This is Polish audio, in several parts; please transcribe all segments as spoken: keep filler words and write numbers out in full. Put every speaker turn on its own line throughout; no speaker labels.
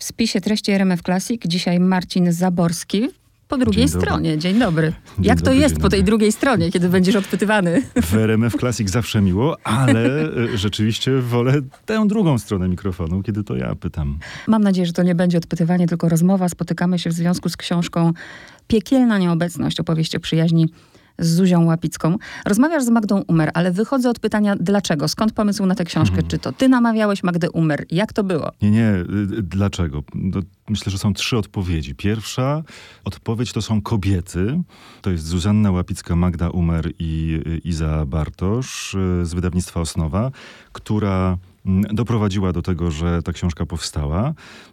spisie treści R M F Classic dzisiaj Marcin Zaborski. Po drugiej Dzień stronie. Dzień dobry.
Dzień
Jak
dobry,
to jest po
dobry.
tej drugiej stronie, kiedy będziesz odpytywany?
W R M F Classic zawsze miło, ale rzeczywiście wolę tę drugą stronę mikrofonu, kiedy to ja pytam.
Mam nadzieję, że to nie będzie odpytywanie, tylko rozmowa. Spotykamy się w związku z książką Piekielna nieobecność, opowieść o przyjaźni z Zuzią Łapicką. Rozmawiasz z Magdą Umer, ale wychodzę od pytania dlaczego? Skąd pomysł na tę książkę? Hmm. Czy to ty namawiałeś Magdę Umer? Jak to było?
Nie, nie. Dlaczego? Myślę, że są trzy odpowiedzi. Pierwsza odpowiedź to są kobiety. To jest Zuzanna Łapicka, Magda Umer i Iza Bartosz z wydawnictwa Osnowa, która doprowadziła do tego, że ta książka powstała.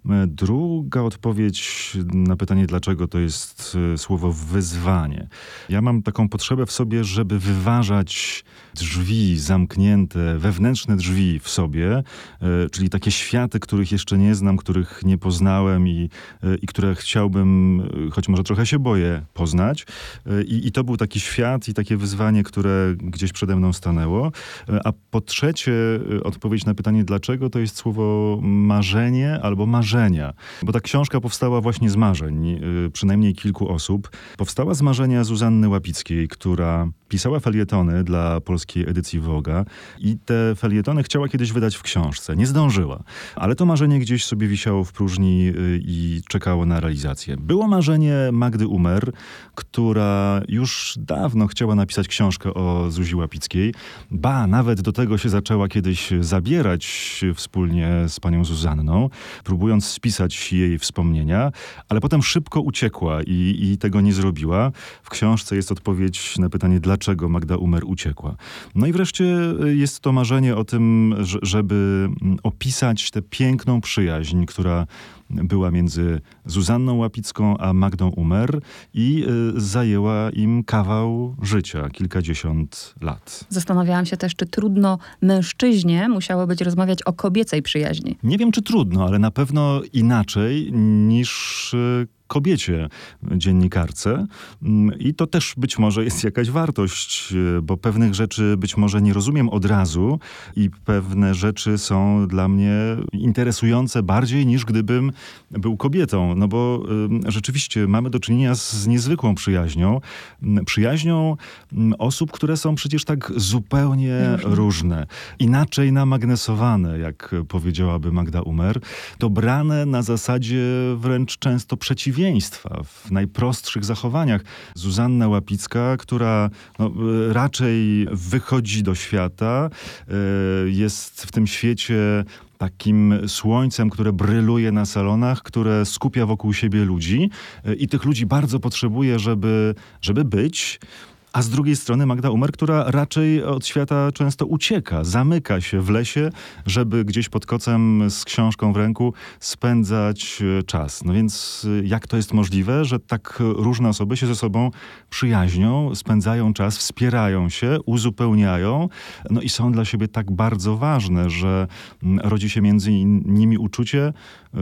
Druga odpowiedź na pytanie dlaczego to jest słowo wyzwanie. Ja mam taką potrzebę w sobie, żeby wyważać drzwi zamknięte, wewnętrzne drzwi w sobie, czyli takie światy, których jeszcze nie znam, których nie poznałem i, i które chciałbym, choć może trochę się boję, poznać. I, I to był taki świat i takie wyzwanie, które gdzieś przede mną stanęło. A po trzecie odpowiedź na pytanie Pytanie dlaczego to jest słowo marzenie albo marzenia. Bo ta książka powstała właśnie z marzeń, yy, przynajmniej kilku osób. Powstała z marzenia Zuzanny Łapickiej, która pisała felietony dla polskiej edycji Vogue'a i te felietony chciała kiedyś wydać w książce. Nie zdążyła. Ale to marzenie gdzieś sobie wisiało w próżni yy, i czekało na realizację. Było marzenie Magdy Umer, która już dawno chciała napisać książkę o Zuzi Łapickiej. Ba, nawet do tego się zaczęła kiedyś zabierać wspólnie z panią Zuzanną, próbując spisać jej wspomnienia, ale potem szybko uciekła i, i tego nie zrobiła. W książce jest odpowiedź na pytanie, dlaczego Magda Umer uciekła. No i wreszcie jest to marzenie o tym, żeby opisać tę piękną przyjaźń, która była między Zuzanną Łapicką a Magdą Umer i y, zajęła im kawał życia, kilkadziesiąt lat.
Zastanawiałam się też, czy trudno mężczyźnie musiało być rozmawiać o kobiecej przyjaźni.
Nie wiem, czy trudno, ale na pewno inaczej niż y, kobiecie dziennikarce i to też być może jest jakaś wartość, bo pewnych rzeczy być może nie rozumiem od razu i pewne rzeczy są dla mnie interesujące bardziej niż gdybym był kobietą, no bo y, rzeczywiście mamy do czynienia z, z niezwykłą przyjaźnią. Przyjaźnią osób, które są przecież tak zupełnie różne, różne inaczej namagnesowane, jak powiedziałaby Magda Umer, dobrane na zasadzie wręcz często przeciwieństwa w najprostszych zachowaniach. Zuzanna Łapicka, która no, raczej wychodzi do świata, jest w tym świecie takim słońcem, które bryluje na salonach, które skupia wokół siebie ludzi i tych ludzi bardzo potrzebuje, żeby, żeby być. A z drugiej strony Magda Umer, która raczej od świata często ucieka, zamyka się w lesie, żeby gdzieś pod kocem z książką w ręku spędzać czas. No więc jak to jest możliwe, że tak różne osoby się ze sobą przyjaźnią, spędzają czas, wspierają się, uzupełniają, no i są dla siebie tak bardzo ważne, że rodzi się między nimi uczucie,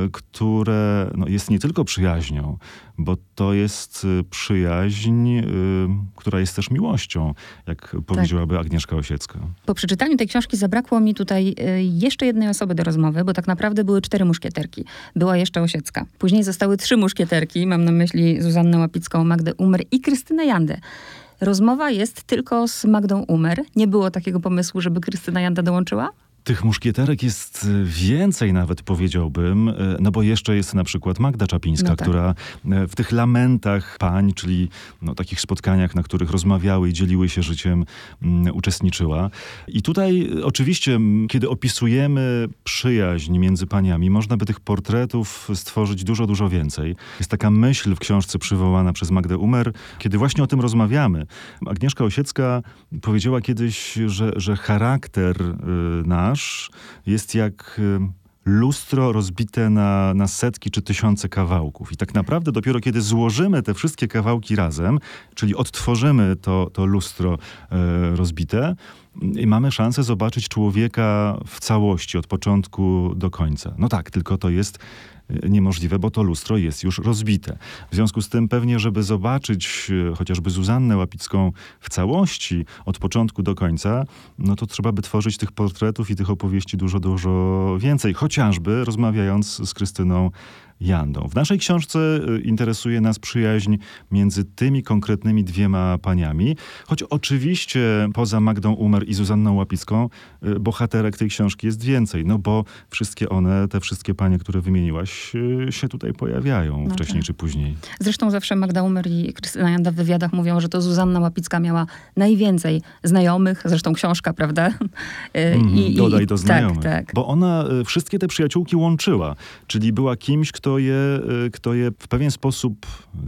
które no, jest nie tylko przyjaźnią, bo to jest przyjaźń, y, która jest też miłością, jak powiedziałaby tak. Agnieszka Osiecka.
Po przeczytaniu tej książki zabrakło mi tutaj y, jeszcze jednej osoby do rozmowy, bo tak naprawdę były cztery muszkieterki. Była jeszcze Osiecka. Później zostały trzy muszkieterki, mam na myśli Zuzannę Łapicką, Magdę Umer i Krystynę Jandę. Rozmowa jest tylko z Magdą Umer. Nie było takiego pomysłu, żeby Krystyna Janda dołączyła?
Tych muszkieterek jest więcej nawet, powiedziałbym, no bo jeszcze jest na przykład Magda Czapińska, no tak. która w tych lamentach pań, czyli no, takich spotkaniach, na których rozmawiały i dzieliły się życiem, um, uczestniczyła. I tutaj oczywiście, kiedy opisujemy przyjaźń między paniami, można by tych portretów stworzyć dużo, dużo więcej. Jest taka myśl w książce przywołana przez Magdę Umer, kiedy właśnie o tym rozmawiamy. Agnieszka Osiecka powiedziała kiedyś, że, że charakter y, nasz jest jak lustro rozbite na, na setki czy tysiące kawałków. I tak naprawdę dopiero kiedy złożymy te wszystkie kawałki razem, czyli odtworzymy to, to lustro e, rozbite, i mamy szansę zobaczyć człowieka w całości, od początku do końca. No tak, tylko to jest niemożliwe, bo to lustro jest już rozbite. W związku z tym pewnie, żeby zobaczyć chociażby Zuzannę Łapicką w całości, od początku do końca, no to trzeba by tworzyć tych portretów i tych opowieści dużo, dużo więcej. Chociażby rozmawiając z Krystyną Jandą. W naszej książce interesuje nas przyjaźń między tymi konkretnymi dwiema paniami, choć oczywiście poza Magdą Umer i Zuzanną Łapicką bohaterek tej książki jest więcej, no bo wszystkie one, te wszystkie panie, które wymieniłaś, się tutaj pojawiają no wcześniej tak. czy później.
Zresztą zawsze Magda Umer i Krystyna Janda w wywiadach mówią, że to Zuzanna Łapicka miała najwięcej znajomych, zresztą książka, prawda?
Mm, I, dodaj do znajomych.
Tak, tak.
Bo ona wszystkie te przyjaciółki łączyła, czyli była kimś, kto je, kto je w pewien sposób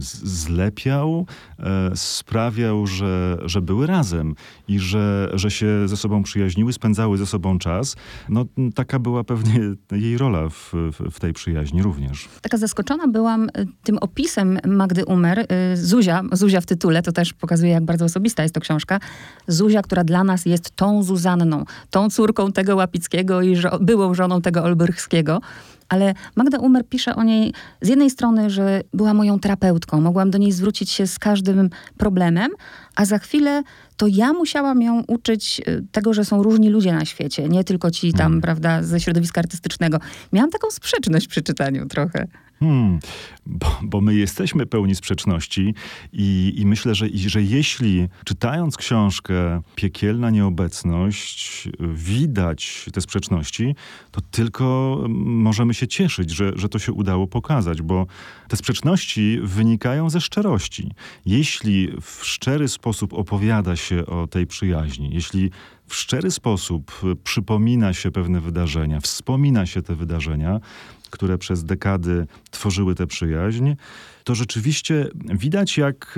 zlepiał, sprawiał, że, że były razem i że, że się ze sobą przyjaźniły, spędzały ze sobą czas. No taka była pewnie jej rola w, w, w tej przyjaźni również.
Taka zaskoczona byłam tym opisem Magdy Umer. Zuzia, Zuzia w tytule, to też pokazuje, jak bardzo osobista jest to książka. Zuzia, która dla nas jest tą Zuzanną, tą córką tego Łapickiego i żo- byłą żoną tego Olbrychskiego. Ale Magda Umer pisze o niej z jednej strony, że była moją terapeutką. Mogłam do niej zwrócić się z każdym problemem, a za chwilę to ja musiałam ją uczyć tego, że są różni ludzie na świecie. Nie tylko ci tam, hmm. prawda, ze środowiska artystycznego. Miałam taką sprzeczność przy czytaniu trochę.
Hmm, bo, bo my jesteśmy pełni sprzeczności i, i myślę, że, że jeśli czytając książkę Piekielna nieobecność widać te sprzeczności, to tylko możemy się cieszyć, że, że to się udało pokazać, bo te sprzeczności wynikają ze szczerości. Jeśli w szczery sposób opowiada się o tej przyjaźni, jeśli w szczery sposób przypomina się pewne wydarzenia, wspomina się te wydarzenia, które przez dekady tworzyły tę przyjaźń, to rzeczywiście widać, jak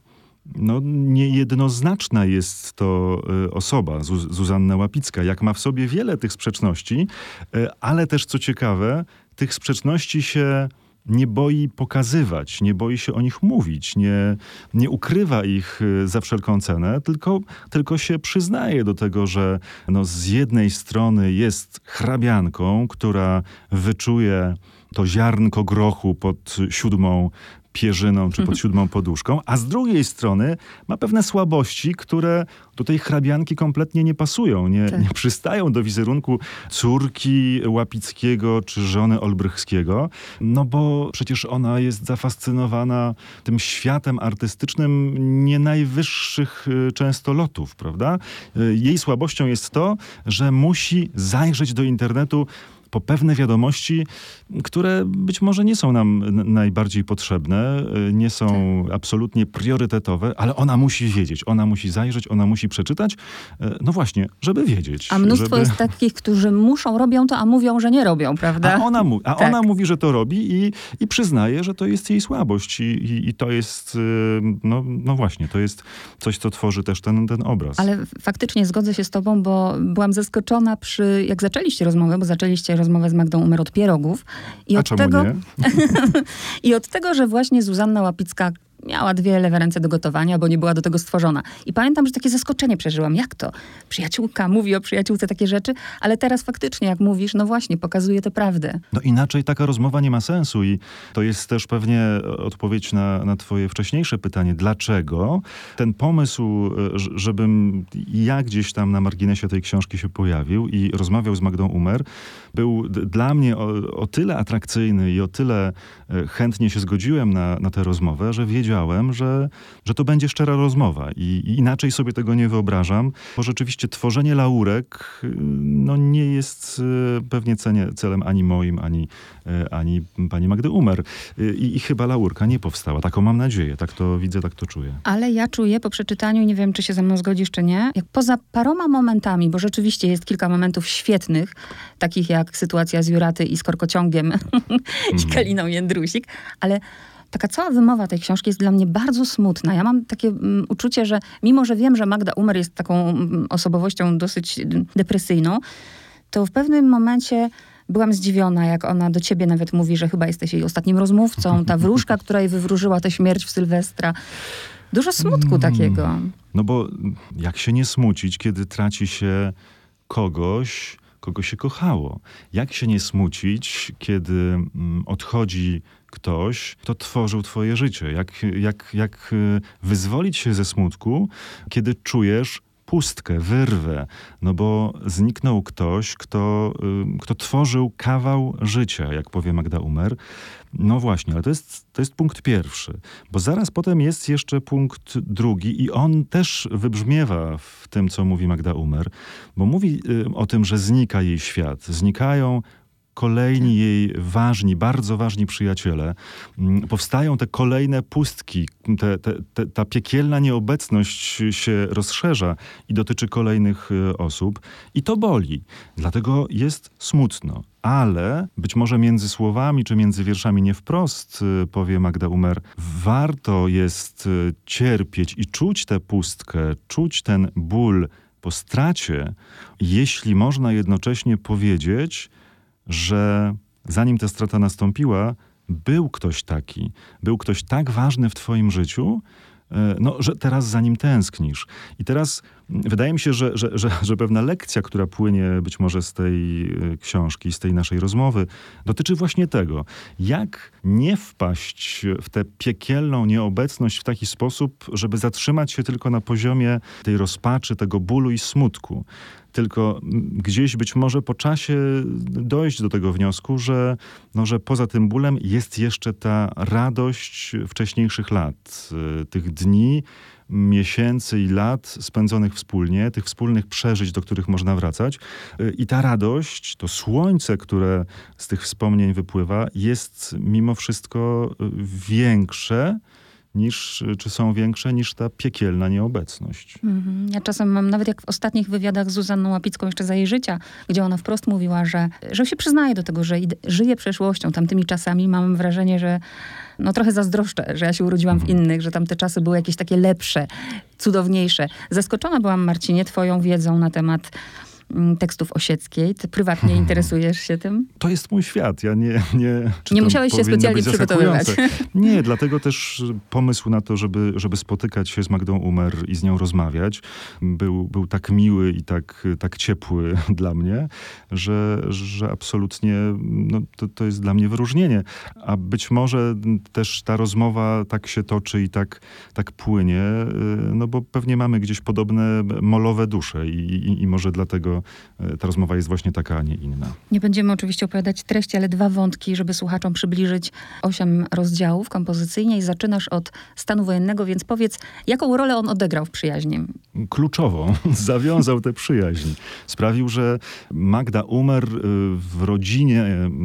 no, niejednoznaczna jest to osoba, Zuz- Zuzanna Łapicka, jak ma w sobie wiele tych sprzeczności, ale też, co ciekawe, tych sprzeczności się nie boi pokazywać, nie boi się o nich mówić, nie, nie ukrywa ich za wszelką cenę, tylko, tylko się przyznaje do tego, że no z jednej strony jest hrabianką, która wyczuje to ziarnko grochu pod siódmą pierzyną czy pod siódmą poduszką, a z drugiej strony ma pewne słabości, które do tej hrabianki kompletnie nie pasują, nie, tak. nie przystają do wizerunku córki Łapickiego czy żony Olbrychskiego, no bo przecież ona jest zafascynowana tym światem artystycznym nie najwyższych często lotów, prawda? Jej słabością jest to, że musi zajrzeć do internetu po pewne wiadomości, które być może nie są nam n- najbardziej potrzebne, nie są tak. absolutnie priorytetowe, ale ona musi wiedzieć, ona musi zajrzeć, ona musi przeczytać, no właśnie, żeby wiedzieć.
A mnóstwo
żeby...
jest takich, którzy muszą, robią to, a mówią, że nie robią, prawda?
A ona, mu- a
tak.
ona mówi, że to robi i, i przyznaje, że to jest jej słabość i, i, i to jest, no, no właśnie, to jest coś, co tworzy też ten, ten obraz.
Ale faktycznie zgodzę się z tobą, bo byłam zaskoczona przy, jak zaczęliście rozmowę, bo zaczęliście rozmowę z Magdą Umer od pierogów. I
A
od
czemu
tego,
nie?
I od tego, że właśnie Zuzanna Łapicka miała dwie lewe ręce do gotowania, bo nie była do tego stworzona. I pamiętam, że takie zaskoczenie przeżyłam. Jak to? Przyjaciółka mówi o przyjaciółce takie rzeczy, ale teraz faktycznie, jak mówisz, no właśnie, pokazuje tę prawdę.
No inaczej taka rozmowa nie ma sensu i to jest też pewnie odpowiedź na, na twoje wcześniejsze pytanie. Dlaczego ten pomysł, żebym ja gdzieś tam na marginesie tej książki się pojawił i rozmawiał z Magdą Umer, był d- dla mnie o, o tyle atrakcyjny i o tyle chętnie się zgodziłem na, na tę rozmowę, że wiedziałem, że, że to będzie szczera rozmowa i, i inaczej sobie tego nie wyobrażam, bo rzeczywiście tworzenie laurek no nie jest pewnie cenie, celem ani moim, ani, ani pani Magdy Umer. I, I chyba laurka nie powstała. Taką mam nadzieję. Tak to widzę, tak to czuję.
Ale ja czuję po przeczytaniu, nie wiem, czy się ze mną zgodzisz, czy nie, jak poza paroma momentami, bo rzeczywiście jest kilka momentów świetnych, takich jak sytuacja z Juraty i z Korkociągiem i Kaliną Jędrusik, ale taka cała wymowa tej książki jest dla mnie bardzo smutna. Ja mam takie um, uczucie, że mimo, że wiem, że Magda Umer jest taką um, osobowością dosyć depresyjną, to w pewnym momencie byłam zdziwiona, jak ona do ciebie nawet mówi, że chyba jesteś jej ostatnim rozmówcą. Ta wróżka, która jej wywróżyła tę śmierć w Sylwestra. Dużo smutku
Mm.
takiego.
No bo jak się nie smucić, kiedy traci się kogoś, kogo się kochało? Jak się nie smucić, kiedy mm, odchodzi ktoś, kto tworzył twoje życie? Jak, jak, jak y, wyzwolić się ze smutku, kiedy czujesz pustkę, wyrwę, no bo zniknął ktoś, kto, y, kto tworzył kawał życia, jak powie Magda Umer. No właśnie, ale to jest, to jest punkt pierwszy, bo zaraz potem jest jeszcze punkt drugi i on też wybrzmiewa w tym, co mówi Magda Umer, bo mówi y, o tym, że znika jej świat, znikają kolejni jej ważni, bardzo ważni przyjaciele. Mm, Powstają te kolejne pustki. Te, te, te, ta piekielna nieobecność się rozszerza i dotyczy kolejnych y, osób. I to boli. Dlatego jest smutno. Ale być może między słowami czy między wierszami nie wprost, y, powie Magda Umer, warto jest y, cierpieć i czuć tę pustkę, czuć ten ból po stracie, jeśli można jednocześnie powiedzieć, że zanim ta strata nastąpiła, był ktoś taki, był ktoś tak ważny w twoim życiu, no, że teraz za nim tęsknisz. I teraz wydaje mi się, że, że, że, że pewna lekcja, która płynie być może z tej książki, z tej naszej rozmowy, dotyczy właśnie tego, jak nie wpaść w tę piekielną nieobecność w taki sposób, żeby zatrzymać się tylko na poziomie tej rozpaczy, tego bólu i smutku. Tylko gdzieś być może po czasie dojść do tego wniosku, że, no, że poza tym bólem jest jeszcze ta radość wcześniejszych lat, tych dni, miesięcy i lat spędzonych wspólnie, tych wspólnych przeżyć, do których można wracać. I ta radość, to słońce, które z tych wspomnień wypływa, jest mimo wszystko większe, niż, czy są większe niż ta piekielna nieobecność.
Mhm. Ja czasem mam, nawet jak w ostatnich wywiadach z Zuzanną Łapicką jeszcze za jej życia, gdzie ona wprost mówiła, że, że się przyznaje do tego, że ide- żyje przeszłością, tamtymi czasami. Mam wrażenie, że no trochę zazdroszczę, że ja się urodziłam mhm. w innych, że tamte czasy były jakieś takie lepsze, cudowniejsze. Zaskoczona byłam, Marcinie, twoją wiedzą na temat tekstów Osieckiej. Ty prywatnie interesujesz się tym?
To jest mój świat. Ja nie... Nie,
nie musiałeś się specjalnie przygotowywać.
Nie, dlatego też pomysł na to, żeby, żeby spotykać się z Magdą Umer i z nią rozmawiać, był, był tak miły i tak, tak ciepły dla mnie, że, że absolutnie no, to, to jest dla mnie wyróżnienie. A być może też ta rozmowa tak się toczy i tak, tak płynie, no bo pewnie mamy gdzieś podobne molowe dusze i, i, i może dlatego ta rozmowa jest właśnie taka, a nie inna.
Nie będziemy oczywiście opowiadać treści, ale dwa wątki, żeby słuchaczom przybliżyć. Osiem rozdziałów kompozycyjnie i zaczynasz od stanu wojennego, więc powiedz, jaką rolę on odegrał w przyjaźni?
Kluczową. Zawiązał tę przyjaźń. Sprawił, że Magda Umer w rodzinie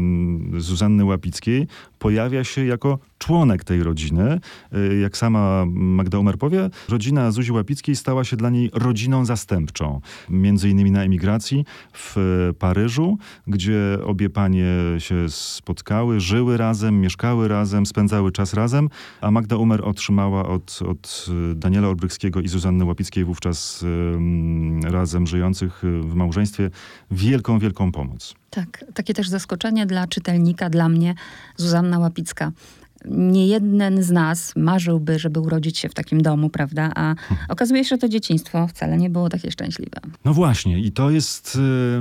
Zuzanny Łapickiej pojawia się jako członek tej rodziny. Jak sama Magda Umer powie, rodzina Zuzi Łapickiej stała się dla niej rodziną zastępczą. Między innymi na emigracji w Paryżu, gdzie obie panie się spotkały, żyły razem, mieszkały razem, spędzały czas razem, a Magda Umer otrzymała od, od Daniela Olbrychskiego i Zuzanny Łapickiej, wówczas um, razem żyjących w małżeństwie, wielką, wielką pomoc.
Tak, takie też zaskoczenie dla czytelnika, dla mnie, Zuzanna Łapicka. Nie jeden z nas marzyłby, żeby urodzić się w takim domu, prawda? A okazuje się, że to dzieciństwo wcale nie było takie szczęśliwe.
No właśnie i to jest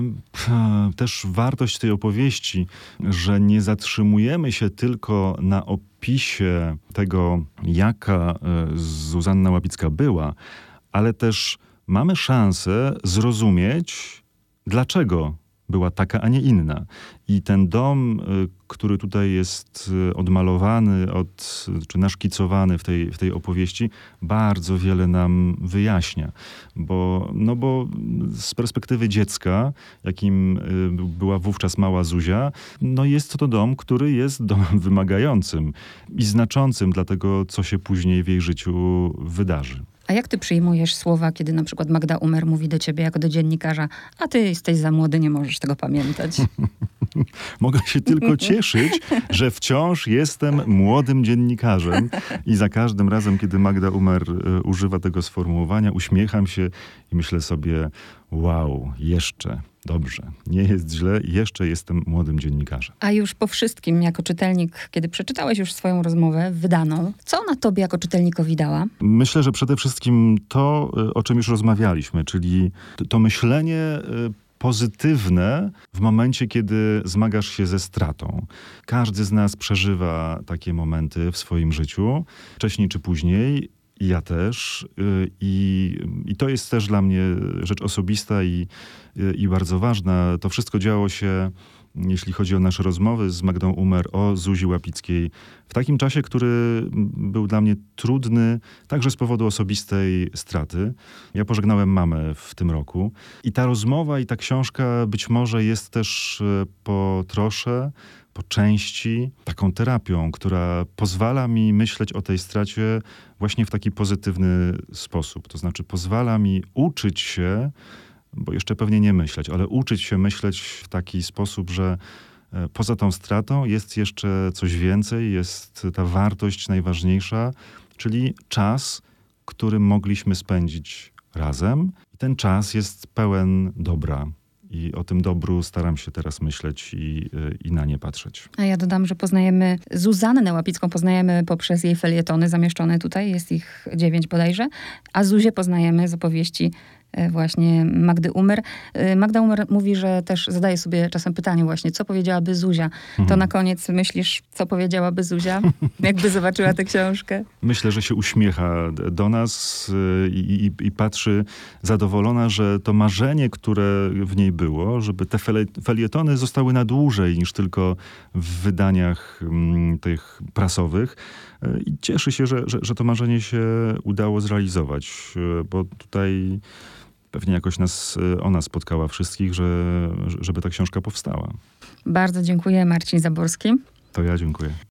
y, też wartość tej opowieści, że nie zatrzymujemy się tylko na opisie tego, jaka y, Zuzanna Łapicka była, ale też mamy szansę zrozumieć, dlaczego była taka, a nie inna. I ten dom, który tutaj jest odmalowany, od, czy naszkicowany w tej, w tej opowieści, bardzo wiele nam wyjaśnia. Bo, no bo z perspektywy dziecka, jakim była wówczas mała Zuzia, no jest to dom, który jest domem wymagającym i znaczącym dla tego, co się później w jej życiu wydarzy.
A jak ty przyjmujesz słowa, kiedy na przykład Magda Umer mówi do ciebie jako do dziennikarza, a ty jesteś za młody, nie możesz tego pamiętać?
Mogę się tylko cieszyć, że wciąż jestem młodym dziennikarzem i za każdym razem, kiedy Magda Umer y, używa tego sformułowania, uśmiecham się i myślę sobie, wow, jeszcze, dobrze, nie jest źle, jeszcze jestem młodym dziennikarzem.
A już po wszystkim, jako czytelnik, kiedy przeczytałeś już swoją rozmowę wydaną, co ona tobie jako czytelnikowi dała?
Myślę, że przede wszystkim to, y, o czym już rozmawialiśmy, czyli to, to myślenie y, pozytywne w momencie, kiedy zmagasz się ze stratą. Każdy z nas przeżywa takie momenty w swoim życiu, wcześniej czy później. I ja też. I, I to jest też dla mnie rzecz osobista i, i bardzo ważna. To wszystko działo się, jeśli chodzi o nasze rozmowy z Magdą Umer o Zuzi Łapickiej, w takim czasie, który był dla mnie trudny, także z powodu osobistej straty. Ja pożegnałem mamę w tym roku. I ta rozmowa i ta książka być może jest też po trosze, po części taką terapią, która pozwala mi myśleć o tej stracie właśnie w taki pozytywny sposób. To znaczy pozwala mi uczyć się, bo jeszcze pewnie nie myśleć, ale uczyć się myśleć w taki sposób, że poza tą stratą jest jeszcze coś więcej, jest ta wartość najważniejsza, czyli czas, który mogliśmy spędzić razem. I ten czas jest pełen dobra. I o tym dobru staram się teraz myśleć i, i na nie patrzeć.
A ja dodam, że poznajemy Zuzannę Łapicką, poznajemy poprzez jej felietony zamieszczone tutaj, jest ich dziewięć bodajże, a Zuzię poznajemy z opowieści właśnie Magdy Umer. Magda Umer mówi, że też zadaje sobie czasem pytanie właśnie, co powiedziałaby Zuzia. Mhm. To na koniec myślisz, co powiedziałaby Zuzia, jakby zobaczyła tę książkę?
Myślę, że się uśmiecha do nas i, i, i patrzy zadowolona, że to marzenie, które w niej było, żeby te felietony zostały na dłużej niż tylko w wydaniach m, tych prasowych. I cieszy się, że, że, że to marzenie się udało zrealizować, bo tutaj pewnie jakoś nas ona spotkała wszystkich, że, żeby ta książka powstała.
Bardzo dziękuję, Marcin Zaborski.
To ja dziękuję.